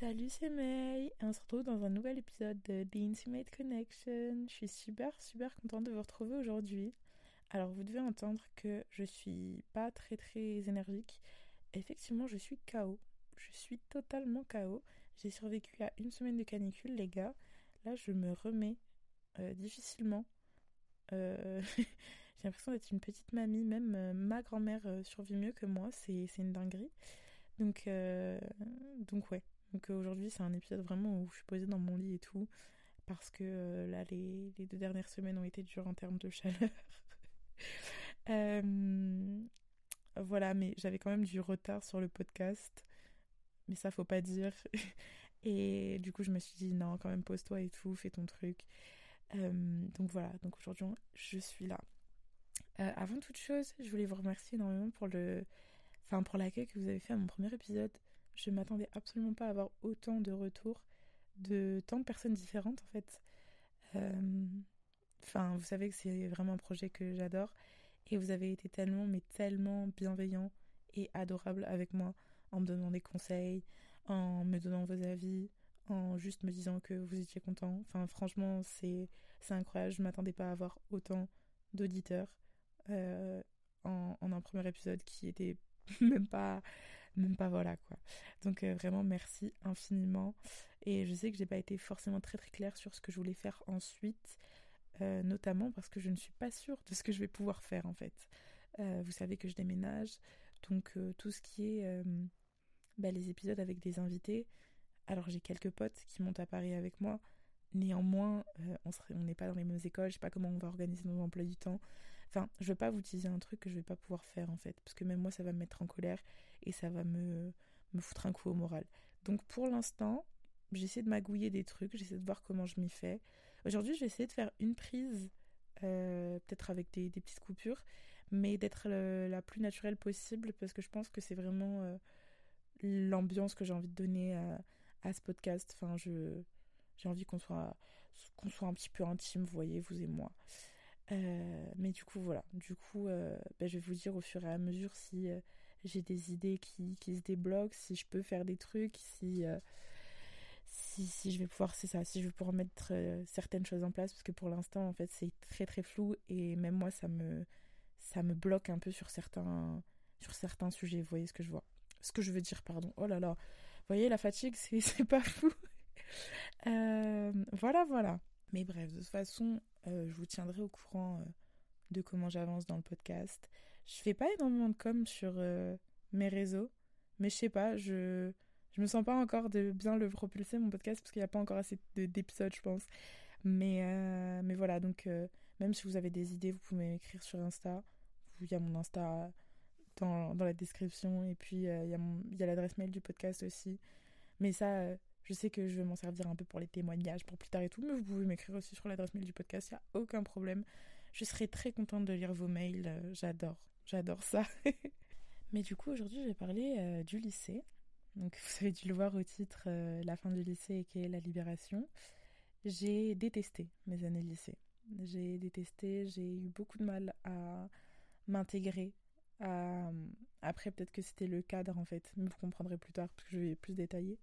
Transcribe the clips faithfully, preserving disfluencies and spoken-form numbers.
Salut, c'est May, et on se retrouve dans un nouvel épisode de The Intimate Connection. Je suis super super contente de vous retrouver aujourd'hui. Alors vous devez entendre que je suis pas très très énergique. Effectivement, je suis K O. Je suis totalement K O. J'ai survécu à une semaine de canicule, les gars. Là, je me remets euh, difficilement. Euh, J'ai l'impression d'être une petite mamie. Même euh, ma grand-mère euh, survit mieux que moi. C'est c'est une dinguerie. Donc, euh, donc ouais. Donc euh, aujourd'hui, c'est un épisode vraiment où je suis posée dans mon lit et tout. Parce que euh, là, les, les deux dernières semaines ont été dures en termes de chaleur. Euh, voilà, mais j'avais quand même du retard sur le podcast. Mais ça, faut pas dire. Et du coup, je me suis dit, non, quand même, pose-toi et tout, fais ton truc. Euh, donc voilà, donc aujourd'hui, je suis là. Euh, avant toute chose, je voulais vous remercier énormément pour le, enfin, pour l'accueil que vous avez fait à mon premier épisode. Je m'attendais absolument pas à avoir autant de retours de tant de personnes différentes en fait. Euh, Enfin, vous savez que c'est vraiment un projet que j'adore et vous avez été tellement, mais tellement bienveillants et adorables avec moi en me donnant des conseils, en me donnant vos avis, en juste me disant que vous étiez contents. Enfin, franchement, c'est c'est incroyable. Je m'attendais pas à avoir autant d'auditeurs euh, en, en un premier épisode qui était même pas même pas voilà quoi. Donc euh, vraiment merci infiniment et je sais que j'ai pas été forcément très très claire sur ce que je voulais faire ensuite, euh, notamment parce que je ne suis pas sûre de ce que je vais pouvoir faire en fait. Euh, vous savez que je déménage, donc euh, tout ce qui est euh, bah, les épisodes avec des invités, alors j'ai quelques potes qui montent à Paris avec moi. Néanmoins, euh, on serait, on n'est pas dans les mêmes écoles, je sais pas comment on va organiser nos emplois du temps. Enfin, je veux pas vous utiliser un truc que je vais pas pouvoir faire en fait, parce que même moi ça va me mettre en colère et ça va me, me foutre un coup au moral. Donc pour l'instant, j'essaie de magouiller des trucs, j'essaie de voir comment je m'y fais. Aujourd'hui, je vais essayer de faire une prise, euh, peut-être avec des, des petites coupures, mais d'être le- la plus naturelle possible, parce que je pense que c'est vraiment euh, l'ambiance que j'ai envie de donner à, à ce podcast. Enfin, je, j'ai envie qu'on soit, qu'on soit un petit peu intime, vous voyez, vous et moi. Euh, mais du coup, voilà. Du coup, euh, bah, je vais vous dire au fur et à mesure si euh, j'ai des idées qui, qui se débloquent, si je peux faire des trucs, si, euh, si, si je vais pouvoir, c'est ça, si je vais pouvoir mettre euh, certaines choses en place, parce que pour l'instant, en fait, c'est très très flou et même moi, ça me, ça me bloque un peu sur certains, sur certains sujets. Vous voyez ce que je vois, ce que je veux dire, pardon. Oh là là, vous voyez, la fatigue, c'est, c'est pas fou. Euh, voilà, voilà. Mais bref, de toute façon, euh, je vous tiendrai au courant euh, de comment j'avance dans le podcast. Je fais pas énormément de com sur euh, mes réseaux, mais je sais pas, je je me sens pas encore de bien le propulser mon podcast parce qu'il n'y a pas encore assez de- d'épisodes, je pense. Mais euh, mais voilà, donc euh, même si vous avez des idées, vous pouvez m'écrire sur Insta. Il y a mon Insta dans, dans la description et puis euh, il y a mon- il y a l'adresse mail du podcast aussi. Mais ça, euh, je sais que je vais m'en servir un peu pour les témoignages, pour plus tard et tout, mais vous pouvez m'écrire aussi sur l'adresse mail du podcast, il n'y a aucun problème. Je serai très contente de lire vos mails, euh, j'adore, j'adore ça. Mais du coup, aujourd'hui, je vais parler euh, du lycée. Donc, vous avez dû le voir au titre, euh, la fin du lycée et qui est la libération. J'ai détesté mes années de lycée. J'ai détesté, j'ai eu beaucoup de mal à m'intégrer. À... Après, peut-être que c'était le cadre en fait, mais vous comprendrez plus tard parce que je vais plus détailler.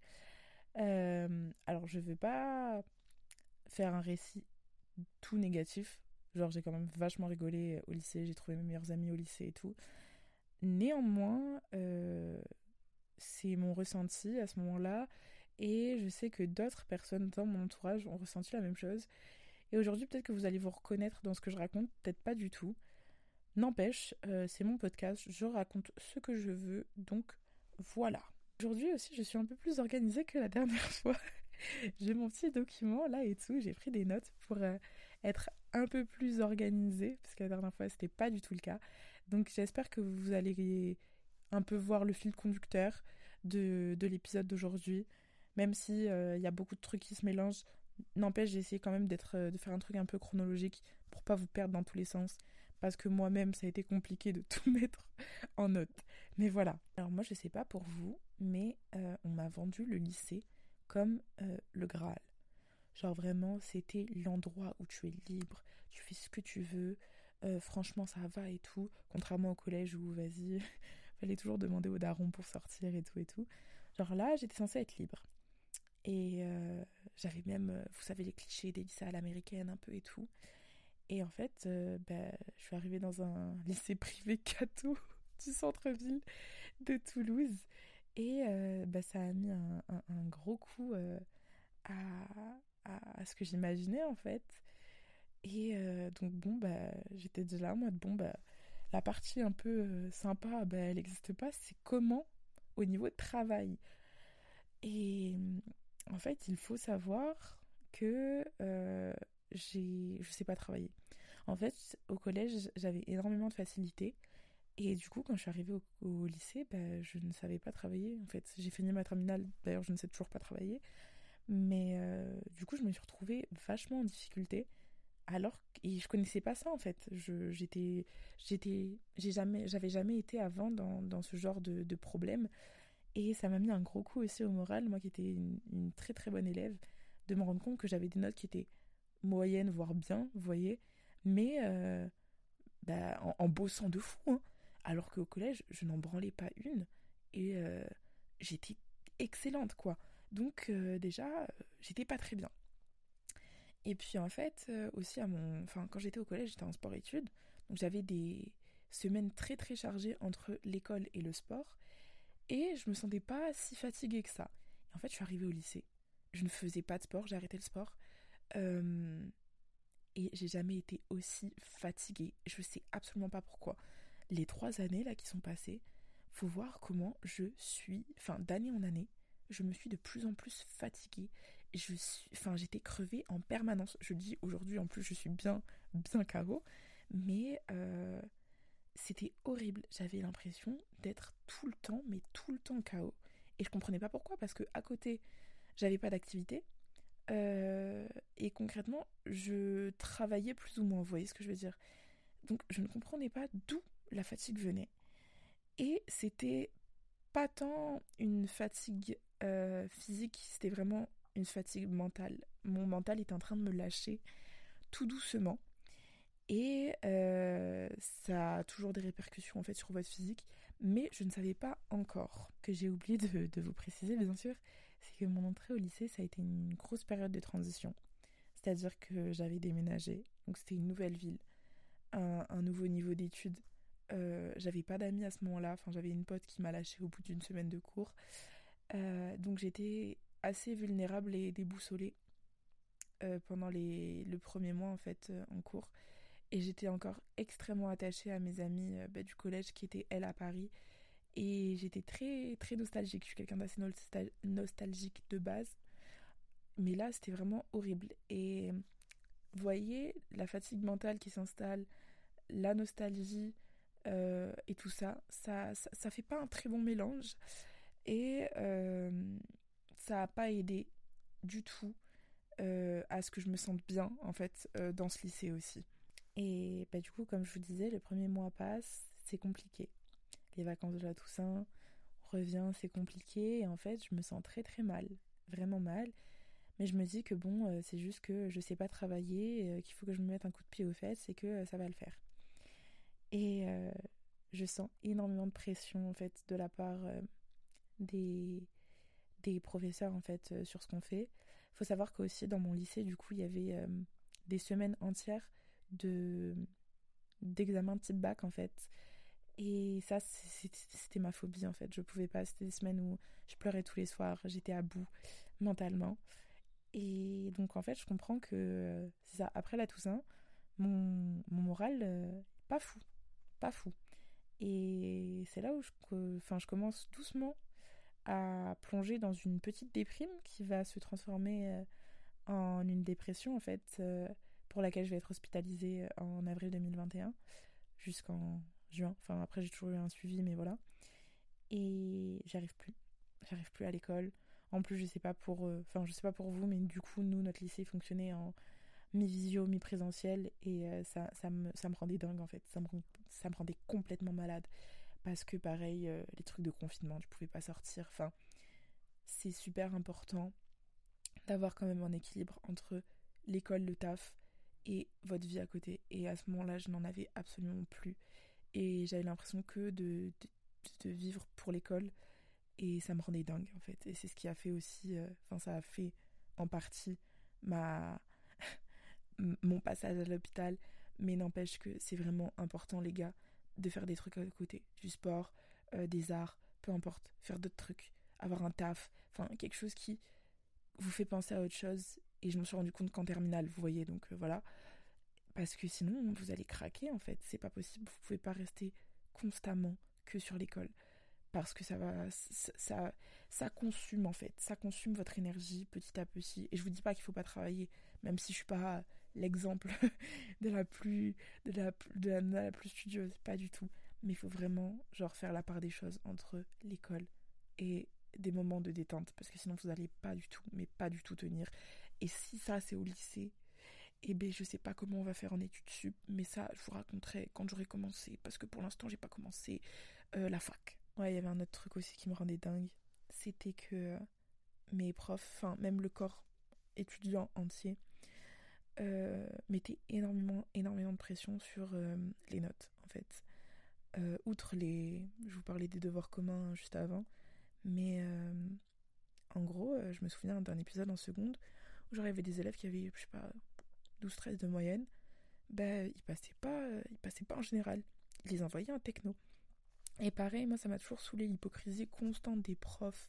Euh, alors, je veux pas faire un récit tout négatif. Genre, j'ai quand même vachement rigolé au lycée, j'ai trouvé mes meilleurs amis au lycée et tout. Néanmoins, euh, c'est mon ressenti à ce moment-là. Et je sais que d'autres personnes dans mon entourage ont ressenti la même chose. Et aujourd'hui, peut-être que vous allez vous reconnaître dans ce que je raconte, peut-être pas du tout. N'empêche, euh, c'est mon podcast, je raconte ce que je veux, donc voilà. Aujourd'hui aussi, je suis un peu plus organisée que la dernière fois. J'ai mon petit document là et tout, j'ai pris des notes pour euh, être un peu plus organisée, parce que la dernière fois, c'était pas du tout le cas. Donc j'espère que vous allez un peu voir le fil conducteur de, de l'épisode d'aujourd'hui, même si euh, il y a beaucoup de trucs qui se mélangent. N'empêche, j'ai essayé quand même d'être, euh, de faire un truc un peu chronologique pour pas vous perdre dans tous les sens, parce que moi-même, ça a été compliqué de tout mettre en note. Mais voilà. Alors moi, je sais pas pour vous, mais euh, on m'a vendu le lycée comme euh, le Graal. Genre vraiment, c'était l'endroit où tu es libre, tu fais ce que tu veux, euh, franchement ça va et tout. Contrairement au collège où, vas-y, fallait toujours demander aux darons pour sortir et tout et tout. Genre là, j'étais censée être libre. Et euh, j'avais même, euh, vous savez, les clichés des lycées à l'américaine un peu et tout. Et en fait, euh, bah, je suis arrivée dans un lycée privé catho du centre-ville de Toulouse. Et euh, bah, ça a mis un, un, un gros coup euh, à, à, à ce que j'imaginais en fait. Et euh, donc bon, bah, j'étais déjà là, moi, de bon, bah, la partie un peu euh, sympa, bah, elle n'existe pas. C'est comment au niveau de travail. Et en fait, il faut savoir que euh, j'ai, je sais pas travailler. En fait, au collège, j'avais énormément de facilité. Et du coup, quand je suis arrivée au, au lycée, bah, je ne savais pas travailler. En fait, j'ai fini ma terminale. D'ailleurs, je ne sais toujours pas travailler. Mais euh, du coup, je me suis retrouvée vachement en difficulté. Alors que et je connaissais pas ça en fait. Je, j'étais, j'étais, j'ai jamais, j'avais jamais été avant dans, dans ce genre de, de problème. Et ça m'a mis un gros coup aussi au moral, moi qui étais une, une très très bonne élève, de me rendre compte que j'avais des notes qui étaient moyennes, voire bien, vous voyez, mais euh, bah, en, en bossant de fou, hein. Alors qu'au collège, je n'en branlais pas une, et euh, j'étais excellente, quoi. Donc euh, déjà, euh, j'étais pas très bien. Et puis en fait, euh, aussi à mon... Enfin, quand j'étais au collège, j'étais en sport-études, donc j'avais des semaines très très chargées entre l'école et le sport, et je me sentais pas si fatiguée que ça. Et en fait, je suis arrivée au lycée. Je ne faisais pas de sport, j'ai arrêté le sport. Euh, et j'ai jamais été aussi fatiguée. Je sais absolument pas pourquoi. Les trois années là qui sont passées, faut voir comment je suis, enfin d'année en année, je me suis de plus en plus fatiguée. Je suis, enfin j'étais crevée en permanence. Je le dis aujourd'hui, en plus je suis bien, bien K O, mais euh, c'était horrible. J'avais l'impression d'être tout le temps, mais tout le temps K O. Et je comprenais pas pourquoi, parce que à côté, j'avais pas d'activité. Euh, et concrètement, je travaillais plus ou moins, vous voyez ce que je veux dire. Donc je ne comprenais pas d'où la fatigue venait. Et c'était pas tant une fatigue euh, physique, c'était vraiment une fatigue mentale. Mon mental est en train de me lâcher tout doucement. Et euh, ça a toujours des répercussions en fait sur votre physique. Mais je ne savais pas encore, que j'ai oublié de, de vous préciser bien sûr, c'est que mon entrée au lycée, ça a été une grosse période de transition. C'est-à-dire que j'avais déménagé, donc c'était une nouvelle ville, un, un nouveau niveau d'études. Euh, j'avais pas d'amis à ce moment-là, enfin j'avais une pote qui m'a lâchée au bout d'une semaine de cours. Euh, donc j'étais assez vulnérable et déboussolée euh, pendant les, le premier mois en fait euh, en cours. Et j'étais encore extrêmement attachée à mes amies euh, bah, du collège qui étaient, elles, à Paris. Et j'étais très, très nostalgique. Je suis quelqu'un d'assez nostal- nostalgique de base. Mais là, c'était vraiment horrible. Et vous voyez, la fatigue mentale qui s'installe, la nostalgie euh, et tout ça, ça, ça, ça fait pas un très bon mélange. Et euh, ça n'a pas aidé du tout euh, à ce que je me sente bien, en fait, euh, dans ce lycée aussi. Et bah, du coup, comme je vous disais, le premier mois passe, c'est compliqué. Les vacances de la Toussaint, on revient, c'est compliqué. Et en fait, je me sens très très mal, vraiment mal. Mais je me dis que bon, euh, c'est juste que je sais pas travailler, euh, qu'il faut que je me mette un coup de pied aux fesses et que euh, ça va le faire. Et euh, je sens énormément de pression en fait de la part euh, des, des professeurs en fait euh, sur ce qu'on fait. Il faut savoir qu'aussi dans mon lycée, du coup, il y avait euh, des semaines entières de d'examen type bac en fait. Et ça, c'était ma phobie en fait. Je pouvais pas. C'était des semaines où je pleurais tous les soirs. J'étais à bout mentalement. Et donc en fait, je comprends que euh, c'est ça. Après la Toussaint, mon, mon moral, euh, pas fou. Pas fou. Et c'est là où je, enfin, je commence doucement à plonger dans une petite déprime qui va se transformer euh, en une dépression en fait, euh, pour laquelle je vais être hospitalisée en avril deux mille vingt et un jusqu'en juin. Enfin, après, j'ai toujours eu un suivi, mais voilà. Et j'arrive plus. J'arrive plus à l'école. En plus, je sais pas pour, euh, enfin, je sais pas pour vous, mais du coup, nous, notre lycée fonctionnait en mi-visio, mi-présentiel, et euh, ça, ça me, ça me rendait dingue en fait. Ça me, ça me rendait complètement malade parce que pareil, euh, les trucs de confinement, je pouvais pas sortir. Enfin, c'est super important d'avoir quand même un équilibre entre l'école, le taf et votre vie à côté. Et à ce moment-là, je n'en avais absolument plus. Et j'avais l'impression que de, de, de vivre pour l'école Et ça me rendait dingue, en fait. Et c'est ce qui a fait aussi... Enfin, euh, ça a fait en partie ma... mon passage à l'hôpital. Mais n'empêche que c'est vraiment important, les gars, de faire des trucs à côté. Du sport, euh, des arts, peu importe. Faire d'autres trucs. Avoir un taf. Enfin, quelque chose qui vous fait penser à autre chose. Et je m'en suis rendu compte qu'en terminale, vous voyez. Donc, euh, voilà. Parce que sinon, vous allez craquer, en fait. C'est pas possible. Vous pouvez pas rester constamment que sur l'école. Parce que ça va, ça, ça, ça consume en fait, ça consume votre énergie petit à petit. Et je vous dis pas qu'il faut pas travailler, même si je suis pas l'exemple de la plus, de la, de la, de la plus studieuse, pas du tout. Mais il faut vraiment genre faire la part des choses entre l'école et des moments de détente, parce que sinon vous allez pas du tout, mais pas du tout tenir. Et si ça c'est au lycée, eh ben je sais pas comment on va faire en études sup, mais ça je vous raconterai quand j'aurai commencé, parce que pour l'instant j'ai pas commencé euh, la fac. Ouais, il y avait un autre truc aussi qui me rendait dingue. C'était que euh, mes profs, enfin même le corps étudiant entier, euh, mettaient énormément, énormément de pression sur euh, les notes, en fait. Euh, outre les... Je vous parlais des devoirs communs juste avant, mais euh, en gros, euh, je me souviens d'un épisode en seconde où genre, il y avait des élèves qui avaient, je sais pas, douze treize de moyenne. Ben, ils passaient pas, ils passaient pas en général. Ils les envoyaient en techno. Et pareil, moi ça m'a toujours saoulé l'hypocrisie constante des profs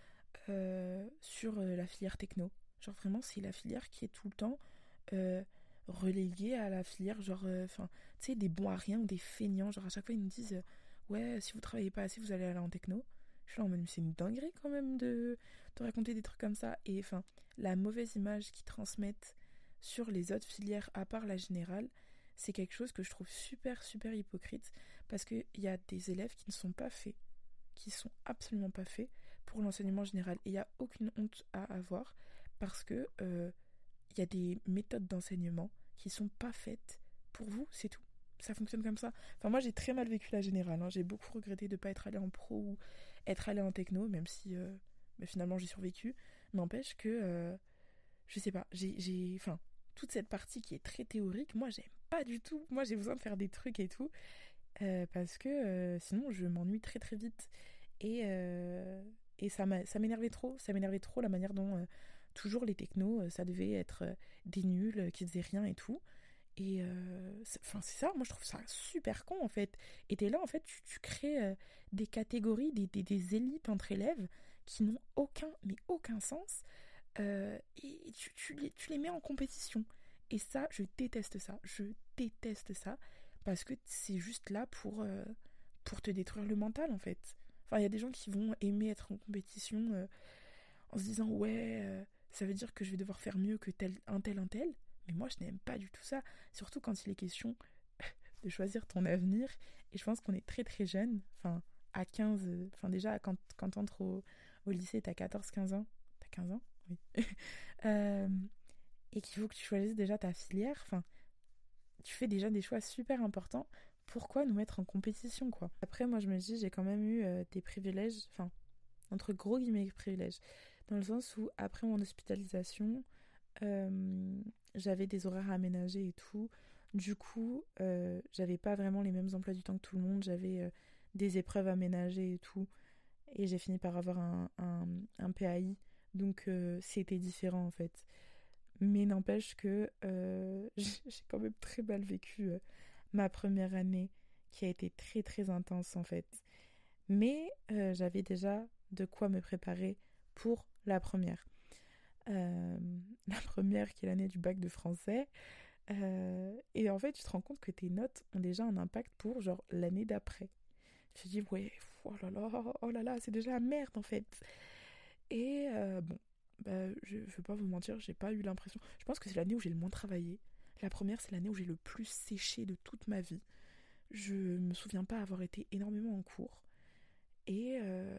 euh, sur euh, la filière techno. Genre vraiment c'est la filière qui est tout le temps euh, reléguée à la filière, genre, enfin, euh, tu sais, des bons à rien ou des feignants. Genre à chaque fois ils nous disent, euh, ouais, si vous travaillez pas assez, vous allez aller en techno. Je suis là en mode, mais c'est une dinguerie quand même de, de raconter des trucs comme ça. Et enfin, la mauvaise image qu'ils transmettent sur les autres filières à part la générale, c'est quelque chose que je trouve super super hypocrite, parce qu'il y a des élèves qui ne sont pas faits, qui sont absolument pas faits pour l'enseignement général. Et il n'y a aucune honte à avoir, parce que euh, il y a des méthodes d'enseignement qui sont pas faites pour vous, c'est tout. Ça fonctionne comme ça. Enfin, moi j'ai très mal vécu la générale, hein. J'ai beaucoup regretté de ne pas être allée en pro ou être allée en techno, même si euh, bah, finalement j'ai survécu. N'empêche que euh, je sais pas, j'ai, j'ai, enfin, toute cette partie qui est très théorique, moi j'aime pas du tout. Moi j'ai besoin de faire des trucs et tout, euh, parce que euh, sinon je m'ennuie très très vite. Et, euh, et ça, m'a, ça m'énervait trop, ça m'énervait trop la manière dont euh, toujours les technos, euh, ça devait être euh, des nuls euh, qui faisaient rien et tout. Et euh, c'est, enfin, c'est ça, moi je trouve ça super con en fait. Et t'es là en fait, tu, tu crées euh, des catégories, des, des, des élites entre élèves qui n'ont aucun, mais aucun sens. Euh, et tu, tu, les, tu les mets en compétition. Et ça, je déteste ça. Je déteste ça. Parce que c'est juste là pour, euh, pour te détruire le mental, en fait. Enfin, il y a des gens qui vont aimer être en compétition euh, en se disant, ouais, euh, ça veut dire que je vais devoir faire mieux que tel, un tel, un tel. Mais moi, je n'aime pas du tout ça. Surtout quand il est question de choisir ton avenir. Et je pense qu'on est très, très jeune. Enfin, à quinze... euh, Enfin, déjà, quand, quand t'entres au, au lycée, t'as quatorze quinze ans. T'as quinze ans? Oui. euh, et qu'il faut que tu choisisses déjà ta filière. Enfin, tu fais déjà des choix super importants. Pourquoi nous mettre en compétition, quoi? Après, moi, je me dis, j'ai quand même eu euh, des privilèges, enfin, entre gros guillemets privilèges, dans le sens où, après mon hospitalisation, euh, j'avais des horaires aménagés et tout. Du coup, euh, j'avais pas vraiment les mêmes emplois du temps que tout le monde. J'avais euh, des épreuves aménagées et tout. Et j'ai fini par avoir un, un, un P A I. Donc, euh, c'était différent, en fait. Mais n'empêche que euh, j'ai quand même très mal vécu euh, ma première année, qui a été très très intense en fait. Mais euh, j'avais déjà de quoi me préparer pour la première. Euh, la première qui est l'année du bac de français. Euh, et en fait, tu te rends compte que tes notes ont déjà un impact pour genre l'année d'après. Tu te dis, ouais, oh là là, oh là là, c'est déjà la merde en fait. Et euh, bon, bah, je ne vais pas vous mentir, j'ai pas eu l'impression. Je pense que c'est l'année où j'ai le moins travaillé. La première, c'est l'année où j'ai le plus séché de toute ma vie. Je me souviens pas avoir été énormément en cours. Et, euh,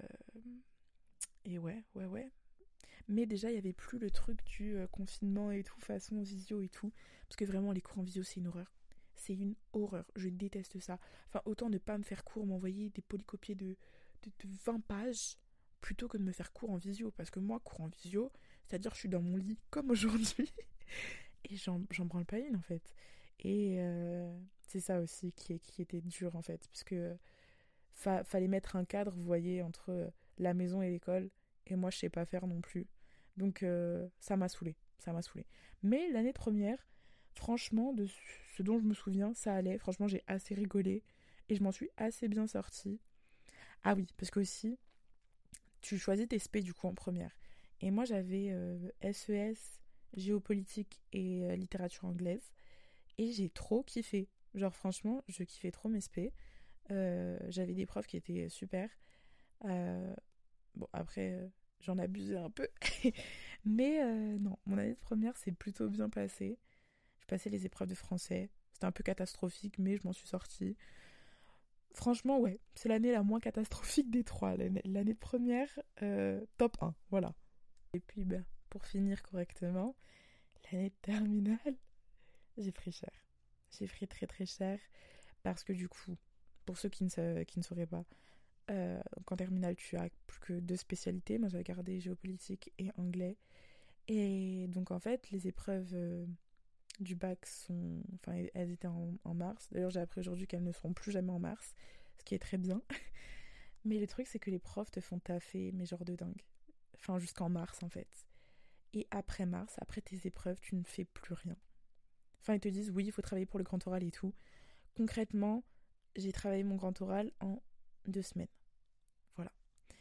et ouais, ouais, ouais. Mais déjà, il y avait plus le truc du euh, confinement et tout, façon visio et tout. Parce que vraiment, les cours en visio, c'est une horreur. C'est une horreur. Je déteste ça. Enfin, autant ne pas me faire cours, m'envoyer des polycopiés de, de, de vingt pages plutôt que de me faire cours en visio. Parce que moi, cours en visio, c'est-à-dire je suis dans mon lit comme aujourd'hui et j'en, j'en branle pas une en fait. Et euh, c'est ça aussi qui, est, qui était dur en fait. Parce que fa- fallait mettre un cadre, vous voyez, entre la maison et l'école, et moi je sais pas faire non plus. Donc euh, ça m'a saoulée, ça m'a saoulée. Mais l'année de première, franchement, de ce dont je me souviens, ça allait. Franchement, j'ai assez rigolé et je m'en suis assez bien sortie. Ah oui, parce que aussi, tu choisis tes spé du coup en première. Et moi j'avais euh, S E S, géopolitique et euh, littérature anglaise. Et j'ai trop kiffé. Genre franchement, je kiffais trop mes spé. Euh, j'avais des profs qui étaient super. Euh, bon après, euh, j'en abusais un peu. Mais euh, non, mon année de première s'est plutôt bien passée. J'ai passé les épreuves de français. C'était un peu catastrophique, mais je m'en suis sortie. Franchement, ouais, c'est l'année la moins catastrophique des trois. L'année, l'année de première, euh, top un, voilà. Et puis, ben, pour finir correctement, l'année de terminale, j'ai pris cher. J'ai pris très très cher parce que du coup, pour ceux qui ne, sa- qui ne sauraient pas, euh, donc en terminale, tu as plus que deux spécialités. Moi, j'avais gardé géopolitique et anglais. Et donc, en fait, les épreuves euh, du bac sont... Enfin, elles étaient en, en mars. D'ailleurs, j'ai appris aujourd'hui qu'elles ne seront plus jamais en mars, ce qui est très bien. Mais le truc, c'est que les profs te font taffer, mais genre de dingue. Enfin, jusqu'en mars, en fait. Et après mars, après tes épreuves, tu ne fais plus rien. Enfin, ils te disent, oui, il faut travailler pour le grand oral et tout. Concrètement, j'ai travaillé mon grand oral en deux semaines. Voilà.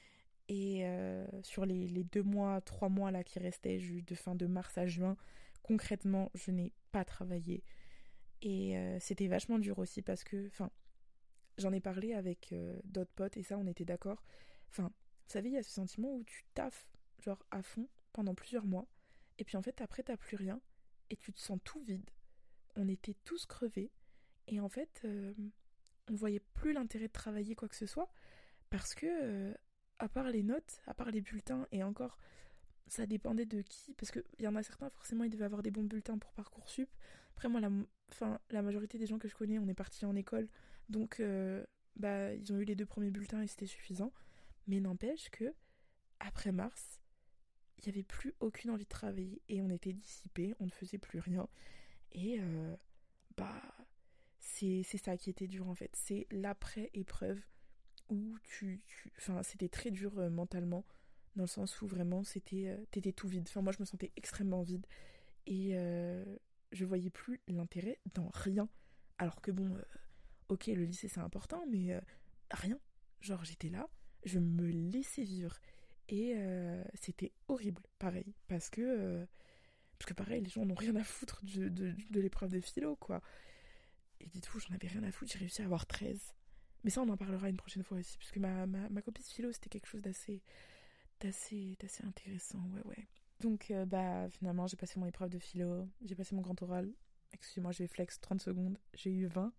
Et euh, sur les, les deux mois, trois mois là qui restaient, de fin de mars à juin, concrètement, je n'ai pas travaillé. Et euh, c'était vachement dur aussi parce que, enfin, j'en ai parlé avec euh, d'autres potes et ça, on était d'accord. Enfin, vous savez, il y a ce sentiment où tu taffes, genre à fond, pendant plusieurs mois. Et puis en fait, après, t'as plus rien. Et tu te sens tout vide. On était tous crevés. Et en fait, euh, on voyait plus l'intérêt de travailler quoi que ce soit. Parce que, euh, à part les notes, à part les bulletins, et encore, ça dépendait de qui. Parce qu'il y en a certains, forcément, ils devaient avoir des bons bulletins pour Parcoursup. Après, moi, la, enfin, la majorité des gens que je connais, on est partis en école. Donc, euh, bah, ils ont eu les deux premiers bulletins et c'était suffisant. Mais n'empêche que, après mars, il n'y avait plus aucune envie de travailler. Et on était dissipés, on ne faisait plus rien. Et, euh, bah, c'est, c'est ça qui était dur, en fait. C'est l'après-épreuve où tu... tu... Enfin, c'était très dur euh, mentalement. Dans le sens où vraiment, c'était, euh, t'étais tout vide. Enfin, moi, je me sentais extrêmement vide. Et euh, je voyais plus l'intérêt dans rien. Alors que bon, euh, ok, le lycée c'est important, mais euh, rien. Genre j'étais là, je me laissais vivre. Et euh, c'était horrible, pareil. Parce que, euh, parce que pareil, les gens n'ont rien à foutre de, de, de l'épreuve de philo, quoi. Et du tout, j'en avais rien à foutre, j'ai réussi à avoir treize. Mais ça, on en parlera une prochaine fois aussi. Parce que ma, ma, ma copie de philo, c'était quelque chose d'assez, d'assez, d'assez intéressant, ouais, ouais. Donc, euh, bah, finalement, j'ai passé mon épreuve de philo, j'ai passé mon grand oral. Excusez-moi, je vais flex trente secondes. J'ai eu vingt.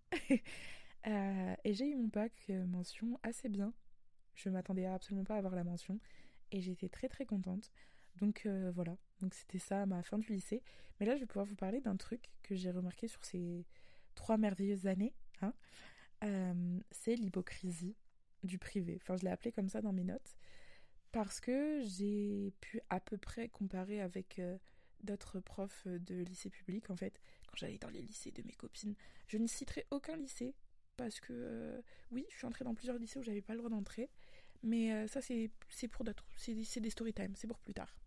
Euh, et j'ai eu mon bac euh, mention assez bien. Je m'attendais absolument pas à avoir la mention. Et j'étais très très contente. Donc euh, voilà. Donc c'était ça ma fin du lycée. Mais là, je vais pouvoir vous parler d'un truc que j'ai remarqué sur ces trois merveilleuses années. Hein. Euh, c'est l'hypocrisie du privé. Enfin, je l'ai appelé comme ça dans mes notes. Parce que j'ai pu à peu près comparer avec euh, d'autres profs de lycée public, en fait, quand j'allais dans les lycées de mes copines. Je ne citerai aucun lycée, parce que, euh, oui, je suis entrée dans plusieurs lycées où j'avais pas le droit d'entrer, mais euh, ça, c'est, c'est pour d'autres, c'est, c'est des story time, c'est pour plus tard.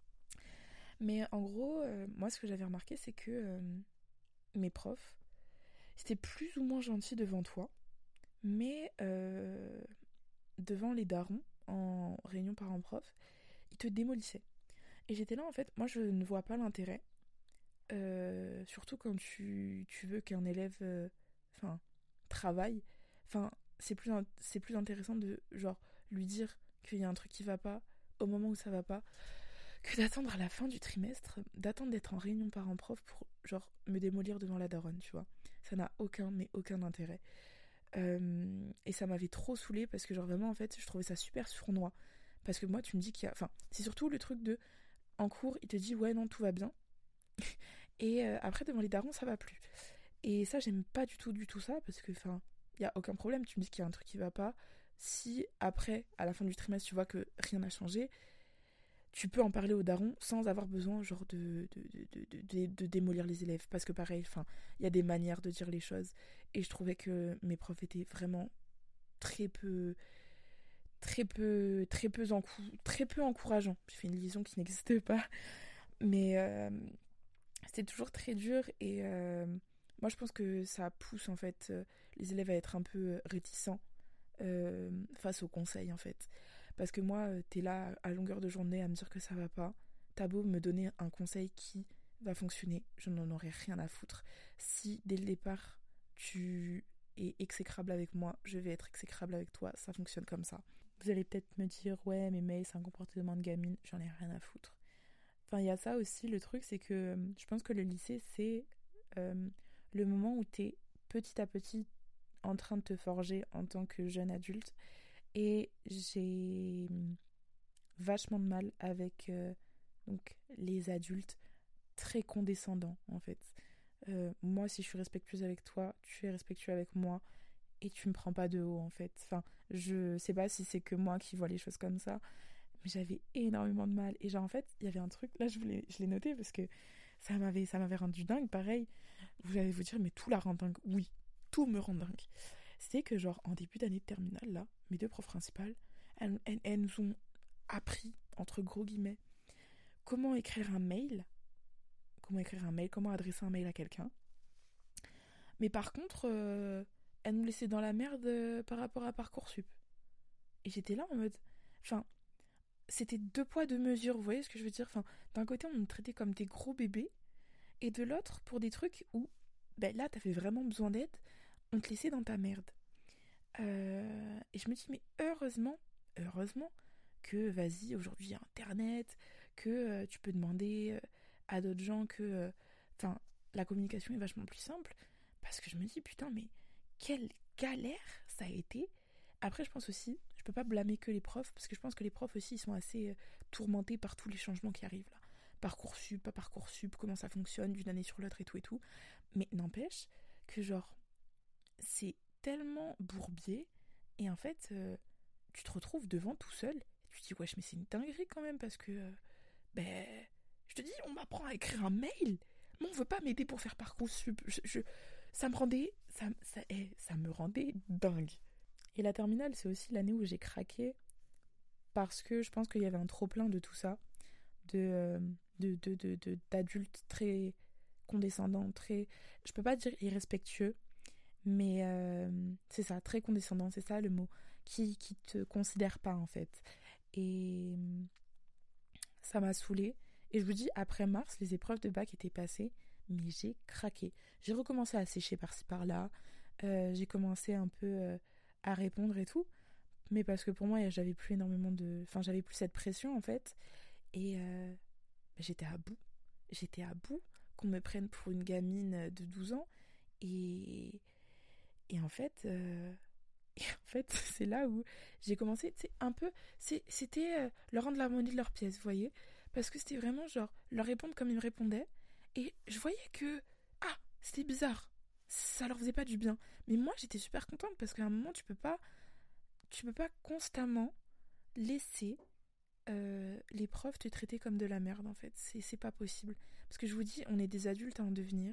Mais en gros, euh, moi, ce que j'avais remarqué, c'est que euh, mes profs, c'était plus ou moins gentil devant toi, mais euh, devant les darons, en réunion parents-prof, ils te démolissaient. Et j'étais là, en fait, moi je ne vois pas l'intérêt, euh, surtout quand tu, tu veux qu'un élève euh, enfin, travaille. Enfin, c'est plus, in- c'est plus intéressant de genre lui dire qu'il y a un truc qui va pas au moment où ça va pas, que d'attendre à la fin du trimestre, d'attendre d'être en réunion parents-prof pour genre me démolir devant la daronne, tu vois. Ça n'a aucun, mais aucun intérêt. Euh, et ça m'avait trop saoulée parce que genre vraiment en fait je trouvais ça super sournois. Parce que moi tu me dis qu'il y a... Enfin, c'est surtout le truc de en cours, il te dit ouais non tout va bien et euh, après devant les darons ça va plus. Et ça j'aime pas du tout du tout ça parce que enfin il y a aucun problème, tu me dis qu'il y a un truc qui va pas. Si après à la fin du trimestre tu vois que rien n'a changé, tu peux en parler aux darons sans avoir besoin genre de de, de, de, de, de démolir les élèves parce que pareil enfin il y a des manières de dire les choses et je trouvais que mes profs étaient vraiment très peu très peu, très peu, encou- très peu encourageant. J'ai fait une liaison qui n'existe pas, mais euh, c'était toujours très dur et euh, moi je pense que ça pousse en fait euh, les élèves à être un peu réticents euh, face aux conseils en fait. Parce que moi, euh, t'es là à longueur de journée à me dire que ça va pas. T'as beau me donner un conseil qui va fonctionner, je n'en aurai rien à foutre. Si dès le départ tu es exécrable avec moi, je vais être exécrable avec toi. Ça fonctionne comme ça. Vous allez peut-être me dire, ouais, mais May, c'est un comportement de gamine. J'en ai rien à foutre. Enfin, il y a ça aussi. Le truc, c'est que euh, je pense que le lycée, c'est euh, le moment où t'es petit à petit en train de te forger en tant que jeune adulte. Et j'ai vachement de mal avec euh, donc, les adultes très condescendants, en fait. Euh, moi, si je suis respectueuse avec toi, tu es respectueux avec moi et tu me prends pas de haut, en fait. Enfin, je sais pas si c'est que moi qui vois les choses comme ça, mais j'avais énormément de mal. Et genre, en fait, il y avait un truc, là, je, voulais, je l'ai noté parce que ça m'avait, ça m'avait rendu dingue. Pareil, vous allez vous dire, mais tout la rend dingue. Oui, tout me rend dingue. C'est que, genre, en début d'année de terminale, là, mes deux profs principales, elles, elles, elles nous ont appris, entre gros guillemets, comment écrire un mail, comment écrire un mail, comment adresser un mail à quelqu'un. Mais par contre, euh, elles nous laissaient dans la merde euh, par rapport à Parcoursup. Et j'étais là en mode... Enfin, c'était deux poids, deux mesures, vous voyez ce que je veux dire? Enfin, d'un côté, on nous traitait comme des gros bébés, et de l'autre, pour des trucs où, ben là, t'avais vraiment besoin d'aide, on te laissait dans ta merde. Euh, et je me dis, mais heureusement, heureusement, que vas-y, aujourd'hui il y a Internet, que euh, tu peux demander euh, à d'autres gens que... Enfin, euh, la communication est vachement plus simple, parce que je me dis, putain, mais quelle galère ça a été. Après, je pense aussi, je peux pas blâmer que les profs, parce que je pense que les profs aussi, ils sont assez euh, tourmentés par tous les changements qui arrivent là. Parcoursup, pas Parcoursup, comment ça fonctionne d'une année sur l'autre et tout et tout. Mais n'empêche que genre, c'est tellement bourbier, et en fait, euh, tu te retrouves devant tout seul, et tu te dis, wesh, mais c'est une dinguerie quand même, parce que, euh, ben, je te dis, on m'apprend à écrire un mail, mais on veut pas m'aider pour faire Parcoursup. Je, je, ça me rendait, ça, ça, eh, ça me rendait dingue. Et la terminale, c'est aussi l'année où j'ai craqué, parce que je pense qu'il y avait un trop-plein de tout ça, de, euh, de, de, de, de- d'adultes très condescendants, très, je peux pas dire irrespectueux, mais euh, c'est ça, très condescendant, c'est ça le mot, qui, qui te considère pas en fait. Et euh, ça m'a saoulée. Et je vous dis, après mars, les épreuves de bac étaient passées, mais j'ai craqué. J'ai recommencé à sécher par-ci par-là, euh, j'ai commencé un peu euh, à répondre et tout, mais parce que pour moi, j'avais plus énormément de... Enfin, j'avais plus cette pression en fait, et euh, j'étais à bout. J'étais à bout qu'on me prenne pour une gamine de douze ans, et... Et en fait, euh, et en fait c'est là où j'ai commencé, tu sais, un peu, c'est, c'était euh, leur rendre la monnaie de leur pièce, vous voyez? Parce que c'était vraiment genre, leur répondre comme ils me répondaient, et je voyais que, ah, c'était bizarre, ça leur faisait pas du bien. Mais moi, j'étais super contente, parce qu'à un moment, tu peux pas, tu peux pas constamment laisser euh, les profs te traiter comme de la merde, en fait. C'est, c'est pas possible. Parce que je vous dis, on est des adultes à en devenir,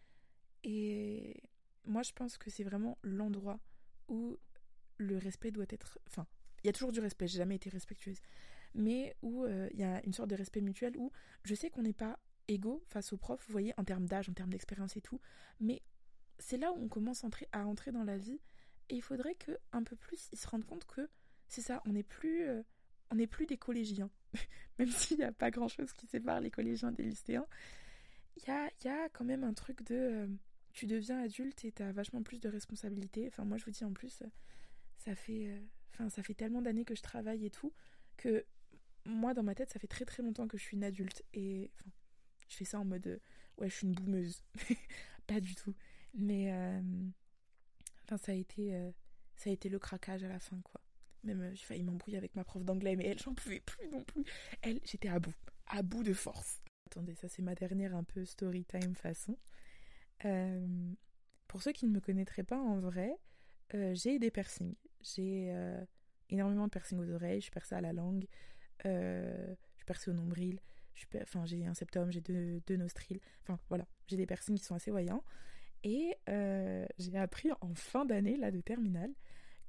et moi, je pense que c'est vraiment l'endroit où le respect doit être... Enfin, il y a toujours du respect, j'ai jamais été respectueuse. Mais où euh, il y a une sorte de respect mutuel où je sais qu'on n'est pas égaux face aux profs, vous voyez, en termes d'âge, en termes d'expérience et tout. Mais c'est là où on commence à entrer, à entrer dans la vie. Et il faudrait que un peu plus ils se rendent compte que c'est ça, on n'est plus, euh, on n'est plus des collégiens. Même s'il n'y a pas grand-chose qui sépare les collégiens des lycéens, il y a, y a quand même un truc de... euh, tu deviens adulte et t'as vachement plus de responsabilités. Enfin, moi, je vous dis, en plus, euh, ça fait, euh, enfin, ça fait tellement d'années que je travaille et tout, que moi, dans ma tête, ça fait très très longtemps que je suis une adulte. Et enfin, je fais ça en mode, euh, ouais, je suis une boumeuse. Pas du tout. Mais, euh, enfin, ça a été, euh, ça a été le craquage à la fin, quoi. Même, euh, j'ai failli m'embrouiller avec ma prof d'anglais, mais elle, j'en pouvais plus non plus. Elle, j'étais à bout, à bout de force. Attendez, ça c'est ma dernière un peu story time façon. Euh, pour ceux qui ne me connaîtraient pas en vrai, euh, j'ai des piercings. J'ai euh, énormément de piercings aux oreilles, je suis percée à la langue, euh, je suis percée au nombril, je suis per... enfin, j'ai un septum, j'ai deux, deux nostrils, enfin voilà, j'ai des piercings qui sont assez voyants. Et euh, j'ai appris en fin d'année, là, de terminale,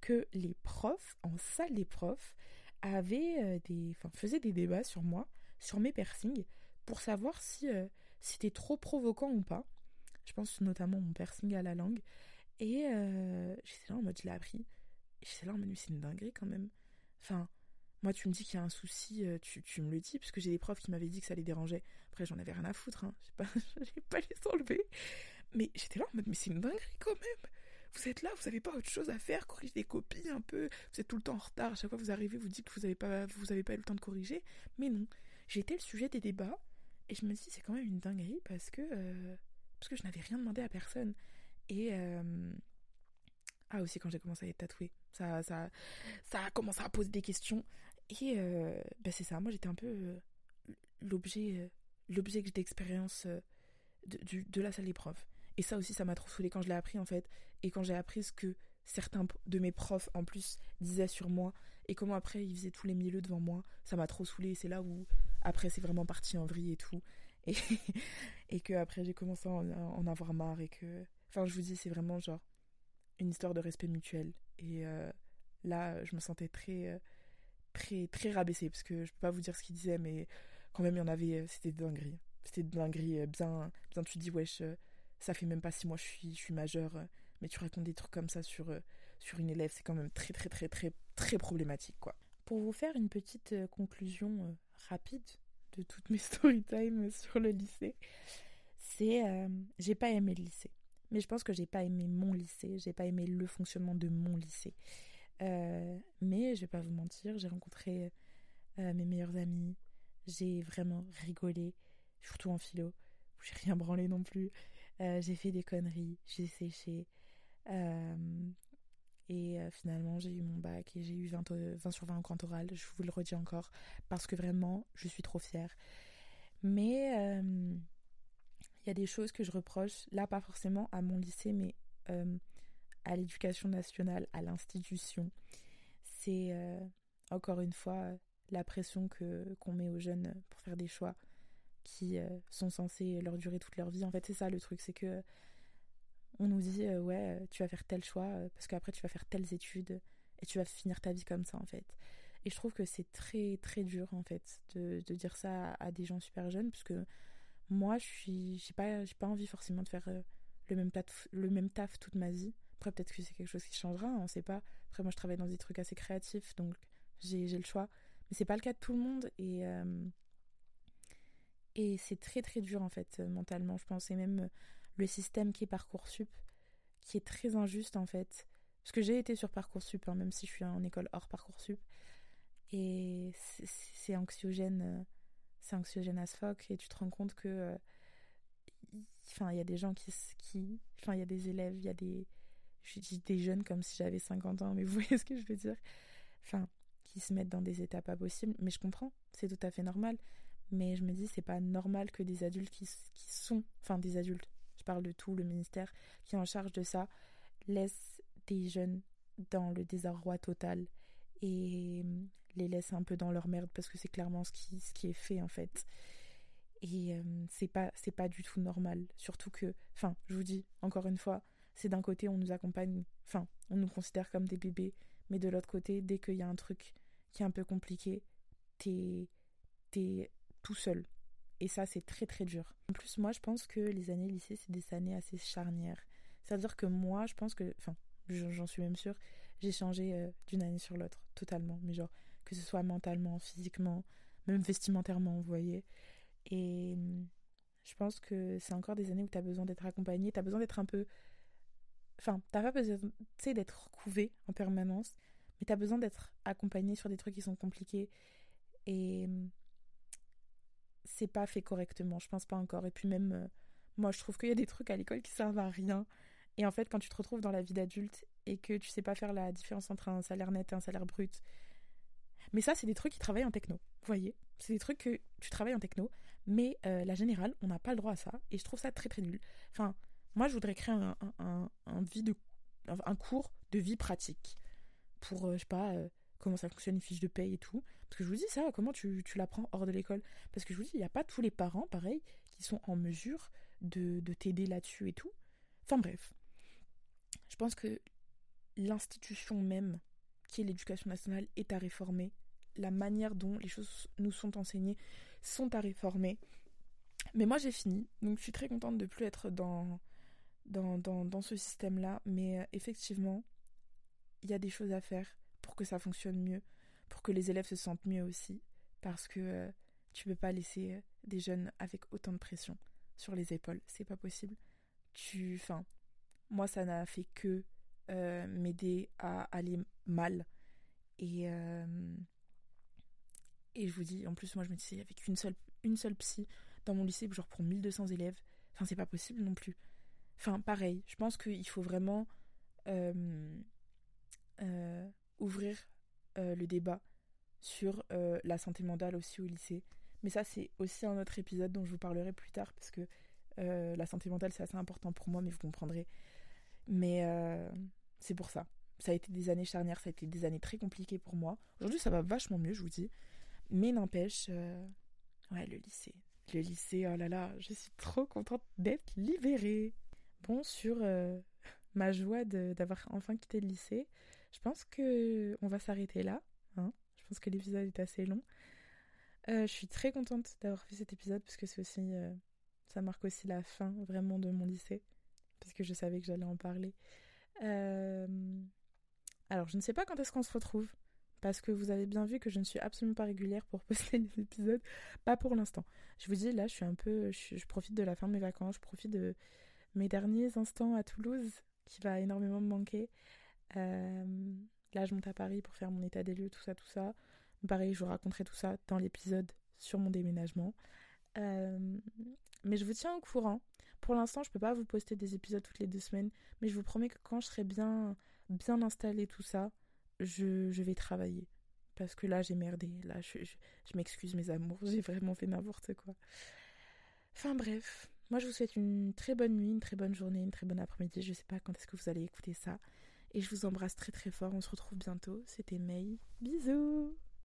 que les profs, en salle des profs, avaient euh, des, enfin, faisaient des débats sur moi, sur mes piercings, pour savoir si euh, c'était trop provoquant ou pas. Je pense notamment mon piercing à la langue. Et euh, j'étais là en mode, je l'ai appris. Et j'étais là en mode, mais c'est une dinguerie quand même. Enfin, moi, tu me dis qu'il y a un souci, euh, tu, tu me le dis, parce que j'ai des profs qui m'avaient dit que ça les dérangeait. Après, j'en avais rien à foutre, hein. J'ai pas, j'ai pas les enlever. Mais j'étais là en mode, mais c'est une dinguerie quand même. Vous êtes là, vous avez pas autre chose à faire, corriger des copies un peu. Vous êtes tout le temps en retard. À chaque fois que vous arrivez, vous dites que vous avez pas, vous avez pas eu le temps de corriger. Mais non, j'ai été le sujet des débats. Et je me dis, c'est quand même une dinguerie parce que, euh, parce que je n'avais rien demandé à personne. Et, euh, ah, aussi quand j'ai commencé à être tatouée, ça, ça, ça a commencé à poser des questions. Et euh, bah c'est ça, moi j'étais un peu euh, l'objet, euh, l'objet d'expérience euh, de, du- de la salle des profs. Et ça aussi, ça m'a trop saoulée quand je l'ai appris en fait. Et quand j'ai appris ce que certains de mes profs en plus disaient sur moi. Et comment après ils faisaient tous les milieux devant moi. Ça m'a trop saoulée. Et c'est là où après c'est vraiment parti en vrille et tout. Et, et que après j'ai commencé à en, à en avoir marre. Et que. Enfin, je vous dis, c'est vraiment genre une histoire de respect mutuel. Et euh, là, je me sentais très, euh, très, très rabaissée. Parce que je peux pas vous dire ce qu'ils disaient, mais quand même, il y en avait. euh, C'était de dinguerie. C'était de dinguerie. euh, Bien, bien tu te dis, wesh, euh, ça fait même pas six mois que je suis, je suis majeure. euh, Mais tu racontes des trucs comme ça sur, euh, sur une élève. C'est quand même très, très, très, très, très problématique, quoi. Pour vous faire une petite euh, conclusion euh, rapide de toutes mes story time sur le lycée, c'est euh, j'ai pas aimé le lycée. Mais je pense que j'ai pas aimé mon lycée, j'ai pas aimé le fonctionnement de mon lycée. Euh, mais je vais pas vous mentir, j'ai rencontré euh, mes meilleurs amis, j'ai vraiment rigolé, surtout en philo, où j'ai rien branlé non plus. Euh, j'ai fait des conneries, j'ai séché. Euh, et euh, finalement, j'ai eu mon bac et j'ai eu vingt, euh, vingt sur vingt en grand oral. Je vous le redis encore, parce que vraiment, je suis trop fière. Mais euh, il y a des choses que je reproche, là pas forcément à mon lycée, mais euh, à l'éducation nationale, à l'institution. C'est euh, encore une fois la pression que qu'on met aux jeunes pour faire des choix qui euh, sont censés leur durer toute leur vie. En fait, c'est ça le truc, c'est que on nous dit euh, ouais, euh, tu vas faire tel choix euh, parce qu'après tu vas faire telles études et tu vas finir ta vie comme ça en fait. Et je trouve que c'est très très dur en fait de, de dire ça à, à des gens super jeunes, parce que moi, je suis, j'ai pas, j'ai pas envie forcément de faire euh, le même taf, le même taf toute ma vie. Après, peut-être que c'est quelque chose qui changera, on sait pas. Après, moi, je travaille dans des trucs assez créatifs, donc j'ai, j'ai le choix. Mais c'est pas le cas de tout le monde, et euh, et c'est très très dur en fait euh, mentalement, je pense. Et même euh, le système qui est Parcoursup, qui est très injuste en fait. Parce que j'ai été sur Parcoursup, hein, même si je suis en école hors Parcoursup, et c'est, c'est anxiogène, euh, c'est anxiogène as fuck, et tu te rends compte que euh, enfin il y a des gens qui qui enfin il y a des élèves, il y a des je dis des jeunes comme si j'avais cinquante ans, mais vous voyez ce que je veux dire, enfin qui se mettent dans des états pas possibles. Mais je comprends, c'est tout à fait normal, mais je me dis c'est pas normal que des adultes qui, qui sont enfin des adultes, je parle de tout le ministère qui est en charge de ça, laissent des jeunes dans le désarroi total et les laissent un peu dans leur merde, parce que c'est clairement ce qui, ce qui est fait en fait. Et euh, c'est pas c'est pas du tout normal, surtout que, enfin je vous dis encore une fois, c'est d'un côté on nous accompagne, enfin on nous considère comme des bébés, mais de l'autre côté, dès qu'il y a un truc qui est un peu compliqué, t'es t'es tout seul, et ça c'est très très dur. En plus, moi je pense que les années lycée, c'est des années assez charnières, c'est à dire que moi je pense que, enfin j'en suis même sûre, j'ai changé euh, d'une année sur l'autre totalement, mais genre que ce soit mentalement, physiquement, même vestimentairement, vous voyez. Et je pense que c'est encore des années où tu as besoin d'être accompagné, tu as besoin d'être un peu... Enfin, t'as pas besoin, tu sais, d'être couvé en permanence, mais tu as besoin d'être accompagné sur des trucs qui sont compliqués. Et c'est pas fait correctement, je pense pas encore. Et puis même, euh, moi, je trouve qu'il y a des trucs à l'école qui servent à rien. Et en fait, quand tu te retrouves dans la vie d'adulte et que tu sais pas faire la différence entre un salaire net et un salaire brut, mais ça, c'est des trucs qui travaillent en techno, vous voyez. C'est des trucs que tu travailles en techno, mais euh, la générale, on n'a pas le droit à ça, et je trouve ça très très nul. Enfin, moi, je voudrais créer un, un, un, un vie de, un cours de vie pratique pour, euh, je sais pas, euh, comment ça fonctionne, une fiche de paye et tout. Parce que je vous dis ça, comment tu, tu l'apprends hors de l'école. Parce que je vous dis, il n'y a pas tous les parents, pareil, qui sont en mesure de, de t'aider là-dessus et tout. Enfin bref, je pense que l'institution même, qui est l'éducation nationale, est à réformer. La manière dont les choses nous sont enseignées sont à réformer. Mais moi, j'ai fini. Donc, je suis très contente de ne plus être dans, dans, dans, dans ce système-là. Mais euh, effectivement, il y a des choses à faire pour que ça fonctionne mieux, pour que les élèves se sentent mieux aussi. Parce que euh, tu peux pas laisser euh, des jeunes avec autant de pression sur les épaules. C'est pas possible. Tu, enfin, moi, ça n'a fait que euh, m'aider à aller mal. Et, euh, et je vous dis, en plus, moi, je me disais, avec une seule, une seule psy dans mon lycée, genre pour mille deux cents élèves, enfin, c'est pas possible non plus. Enfin, pareil, je pense qu'il faut vraiment euh, euh, ouvrir euh, le débat sur euh, la santé mentale aussi au lycée. Mais ça, c'est aussi un autre épisode dont je vous parlerai plus tard, parce que euh, la santé mentale, c'est assez important pour moi, mais vous comprendrez. Mais euh, c'est pour ça. Ça a été des années charnières, ça a été des années très compliquées pour moi. Aujourd'hui, ça va vachement mieux, je vous dis. Mais n'empêche, euh, ouais, le lycée. Le lycée, oh là là, je suis trop contente d'être libérée. Bon, sur euh, ma joie de, d'avoir enfin quitté le lycée, je pense que on va s'arrêter là. Hein. Je pense que l'épisode est assez long. Euh, je suis très contente d'avoir fait cet épisode parce que c'est aussi, euh, ça marque aussi la fin vraiment de mon lycée, parce que je savais que j'allais en parler. Euh... Alors, je ne sais pas quand est-ce qu'on se retrouve, parce que vous avez bien vu que je ne suis absolument pas régulière pour poster les épisodes. Pas pour l'instant. Je vous dis, là, je suis un peu... Je, je profite de la fin de mes vacances, je profite de mes derniers instants à Toulouse, qui va énormément me manquer. Euh... Là, je monte à Paris pour faire mon état des lieux, tout ça, tout ça. Pareil, je vous raconterai tout ça dans l'épisode sur mon déménagement. Euh... Mais je vous tiens au courant. Pour l'instant, je peux pas vous poster des épisodes toutes les deux semaines, mais je vous promets que quand je serai bien, bien installée, tout ça, je, je vais travailler. Parce que là, j'ai merdé. Là, je, je, je m'excuse, mes amours. J'ai vraiment fait n'importe quoi. Enfin bref, moi, je vous souhaite une très bonne nuit, une très bonne journée, une très bonne après-midi. Je sais pas quand est-ce que vous allez écouter ça. Et je vous embrasse très très fort. On se retrouve bientôt. C'était May. Bisous!